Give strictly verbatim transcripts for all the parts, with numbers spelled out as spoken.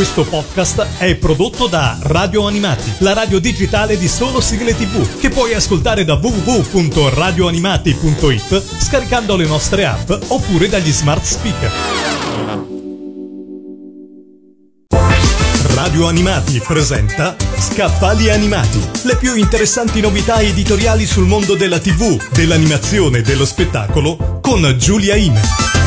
Questo podcast è prodotto da Radio Animati, la radio digitale di solo sigle tivù, che puoi ascoltare da w w w punto radio animati punto i t scaricando le nostre app oppure dagli smart speaker. Radio Animati presenta Scaffali Animati, le più interessanti novità editoriali sul mondo della tivù, dell'animazione e dello spettacolo con Giulia Ime.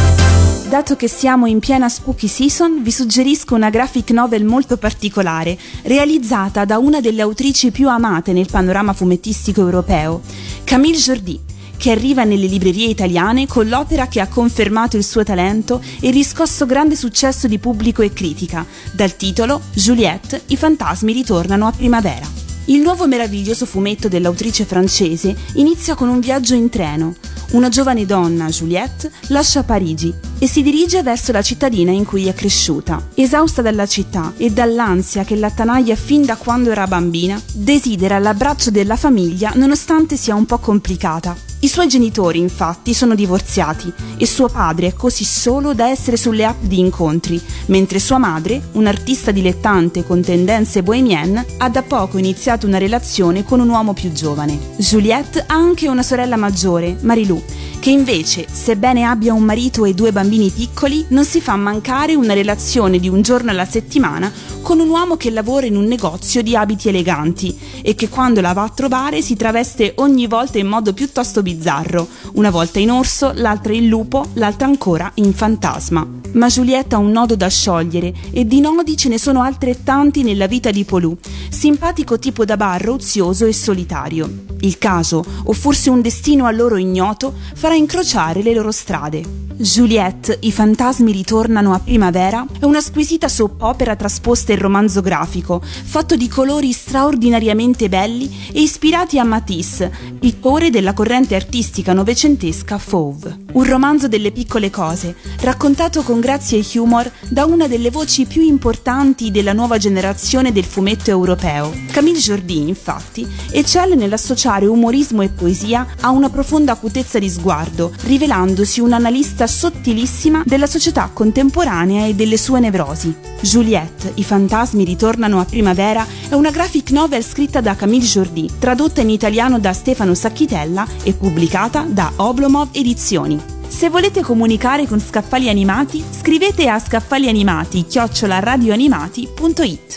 Dato che siamo in piena spooky season, vi suggerisco una graphic novel molto particolare, realizzata da una delle autrici più amate nel panorama fumettistico europeo, Camille Jordy, che arriva nelle librerie italiane con l'opera che ha confermato il suo talento e riscosso grande successo di pubblico e critica, dal titolo Juliette, i fantasmi ritornano a primavera. Il nuovo meraviglioso fumetto dell'autrice francese inizia con un viaggio in treno. Una giovane donna, Juliette, lascia Parigi e si dirige verso la cittadina in cui è cresciuta. Esausta dalla città e dall'ansia che l'attanaglia fin da quando era bambina, desidera l'abbraccio della famiglia nonostante sia un po' complicata. I suoi genitori, infatti, sono divorziati e suo padre è così solo da essere sulle app di incontri, mentre sua madre, un'artista dilettante con tendenze bohemienne, ha da poco iniziato una relazione con un uomo più giovane. Juliette ha anche una sorella maggiore, Marilou, che invece, sebbene abbia un marito e due bambini piccoli, non si fa mancare una relazione di un giorno alla settimana con un uomo che lavora in un negozio di abiti eleganti e che quando la va a trovare si traveste ogni volta in modo piuttosto bizzarro, una volta in orso, l'altra in lupo, l'altra ancora in fantasma. Ma Juliette ha un nodo da sciogliere e di nodi ce ne sono altrettanti nella vita di Paulou, simpatico tipo da bar ozioso e solitario. Il caso, o forse un destino a loro ignoto, farà incrociare le loro strade. Juliette, i fantasmi ritornano a primavera è una squisita soap opera trasposta in romanzo grafico, fatto di colori straordinariamente belli e ispirati a Matisse, pittore della corrente artistica novecentesca Fauve. Un romanzo delle piccole cose, raccontato con grazia e humor da una delle voci più importanti della nuova generazione del fumetto europeo. Camille Jordy, infatti, eccelle nell'associare umorismo e poesia a una profonda acutezza di sguardo, rivelandosi un'analista sottilissima della società contemporanea e delle sue nevrosi. Juliette, i fantasmi ritornano a primavera è una graphic novel scritta da Camille Jordy, tradotta in italiano da Stefano Sacchitella e pubblicata da Oblomov Edizioni. Se volete comunicare con Scaffali Animati, scrivete a scaffalianimati chiocciola radioanimati punto i t.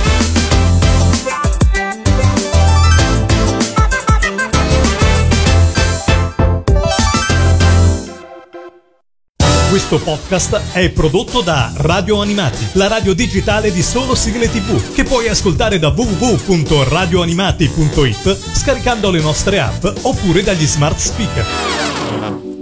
Questo podcast è prodotto da Radio Animati, la radio digitale di solo sigle tivù, che puoi ascoltare da w w w punto radio animati punto i t scaricando le nostre app oppure dagli smart speaker.